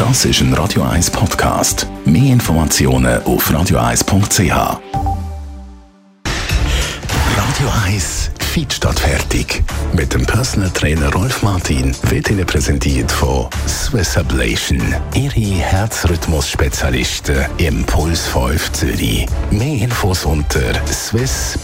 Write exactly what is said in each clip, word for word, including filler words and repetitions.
Das ist ein Radio eins Podcast. Mehr Informationen auf radio eins punkt c h. Radio eins Fit statt fertig. Mit dem Personal Trainer Rolf Martin wird Ihnen präsentiert von Swiss Ablation. Ihre Herzrhythmus-Spezialisten im Puls fünf Zürich. Mehr Infos unter swiss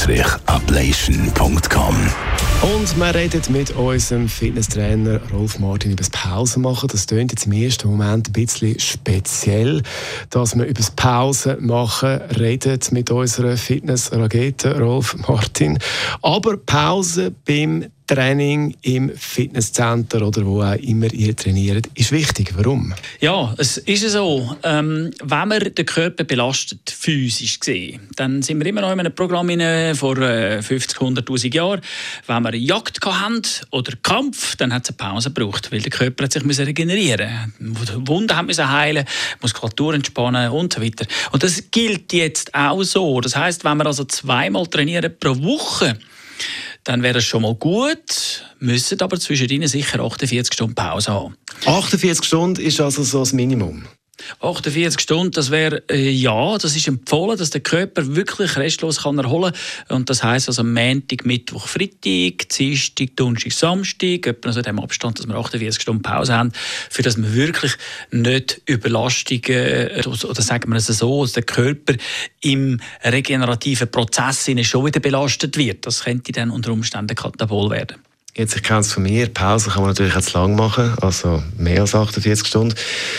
ablation punkt com. Und wir reden mit unserem Fitnesstrainer Rolf Martin über das Pause machen. Das klingt jetzt im ersten Moment ein bisschen speziell, dass wir über das Pause machen reden mit unserer Fitness-Rakete Rolf Martin. Aber Pause beim Training im Fitnesscenter oder wo auch immer ihr trainiert, ist wichtig. Warum? Ja, es ist so, ähm, wenn man den Körper belastet, physisch gesehen, dann sind wir immer noch in einem Programm in, vor äh, fünfzig, hunderttausend Jahren. Wenn wir Jagd hatten oder Kampf, dann hat es eine Pause gebraucht, weil der Körper hat sich müssen regenerieren musste. Wunden müssen heilen, Muskulatur entspannen und so weiter. Und das gilt jetzt auch so. Das heisst, wenn wir also zweimal trainieren pro Woche, dann wäre es schon mal gut, müssen aber zwischendrin sicher achtundvierzig Stunden Pause haben. achtundvierzig Stunden ist also so das Minimum? achtundvierzig Stunden, das wäre, äh, ja, das ist empfohlen, dass der Körper wirklich restlos kann erholen kann. Und das heisst also Montag, Mittwoch, Freitag, Dienstag, Donnerstag, Samstag, etwa so in dem Abstand, dass wir achtundvierzig Stunden Pause haben, für dass wir wirklich nicht Überlastungen, äh, oder sagen wir es so, dass der Körper im regenerativen Prozess schon wieder belastet wird. Das könnte dann unter Umständen katabol werden. Jetzt, ich kenne es von mir, Pause kann man natürlich auch zu lang machen, also mehr als achtundvierzig Stunden.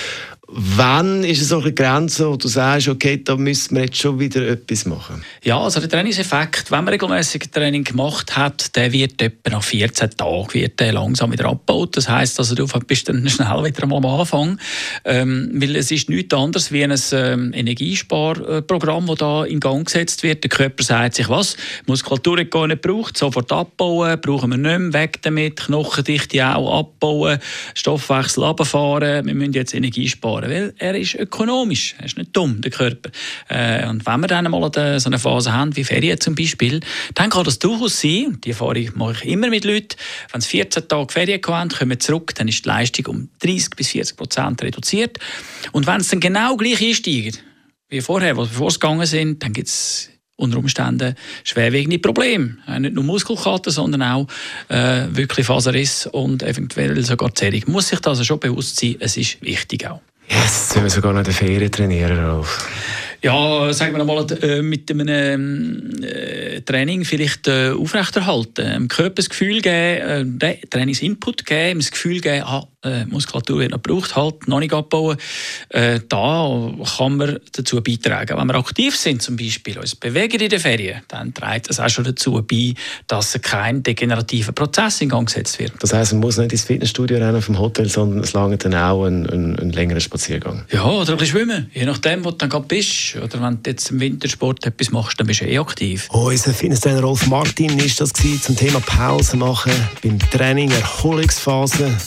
Wann ist es so eine Grenze, wo du sagst, okay, da müssen wir jetzt schon wieder etwas machen? Ja, also der Trainingseffekt, wenn man regelmäßig Training gemacht hat, der wird etwa nach vierzehn Tagen wird der langsam wieder abgebaut. Das heisst, also, du bist dann schnell wieder einmal am Anfang. Ähm, weil es ist nichts anderes wie ein ähm, Energiesparprogramm, das da in Gang gesetzt wird. Der Körper sagt sich, was? Muskulatur hat gar nicht gebraucht, sofort abbauen, brauchen wir nicht mehr, weg damit, Knochendichte auch abbauen, Stoffwechsel runterfahren, wir müssen jetzt Energie sparen. Weil er ist ökonomisch, er ist nicht dumm, der Körper. Äh, und wenn wir dann mal so eine Phase haben, wie Ferien zum Beispiel, dann kann das durchaus sein, und die Erfahrung mache ich immer mit Leuten, wenn sie vierzehn Tage Ferien haben, kommen wir zurück, dann ist die Leistung um dreißig bis vierzig Prozent reduziert. Und wenn es dann genau gleich einsteigt, wie vorher, bevor sie gegangen sind, dann gibt es unter Umständen schwerwiegende Probleme. Nicht nur Muskelkater, sondern auch äh, wirklich Faserriss und eventuell sogar Zerrung. Man muss sich da also schon bewusst sein, es ist wichtig auch. Yes, sollen wir sogar noch in der Ferien trainieren, Rolf? Ja, sagen wir mal, äh, mit einem äh, Training vielleicht äh, aufrechterhalten. Dem Körper das Gefühl geben, äh, Trainingsinput geben, das Gefühl geben, ah, äh, Muskulatur wird noch gebraucht, halt, noch nicht abbauen. Äh, da kann man dazu beitragen. Wenn wir aktiv sind, zum Beispiel, uns bewegen in den Ferien, dann trägt das auch schon dazu bei, dass kein degenerativer Prozess in Gang gesetzt wird. Das heisst, man muss nicht ins Fitnessstudio rennen vom Hotel, sondern es langt dann auch ein, ein, ein längerer Spaziergang. Ja, oder ein bisschen schwimmen, je nachdem, wo du dann gerade bist. Oder wenn du jetzt im Wintersport etwas machst, dann bist du eh aktiv. Unser Fitnesstrainer Rolf Martin war das zum Thema Pause machen beim Training, Erholungsphase.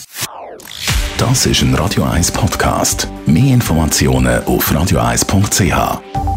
Das ist ein Radio eins Podcast. Mehr Informationen auf radio eins punkt c h.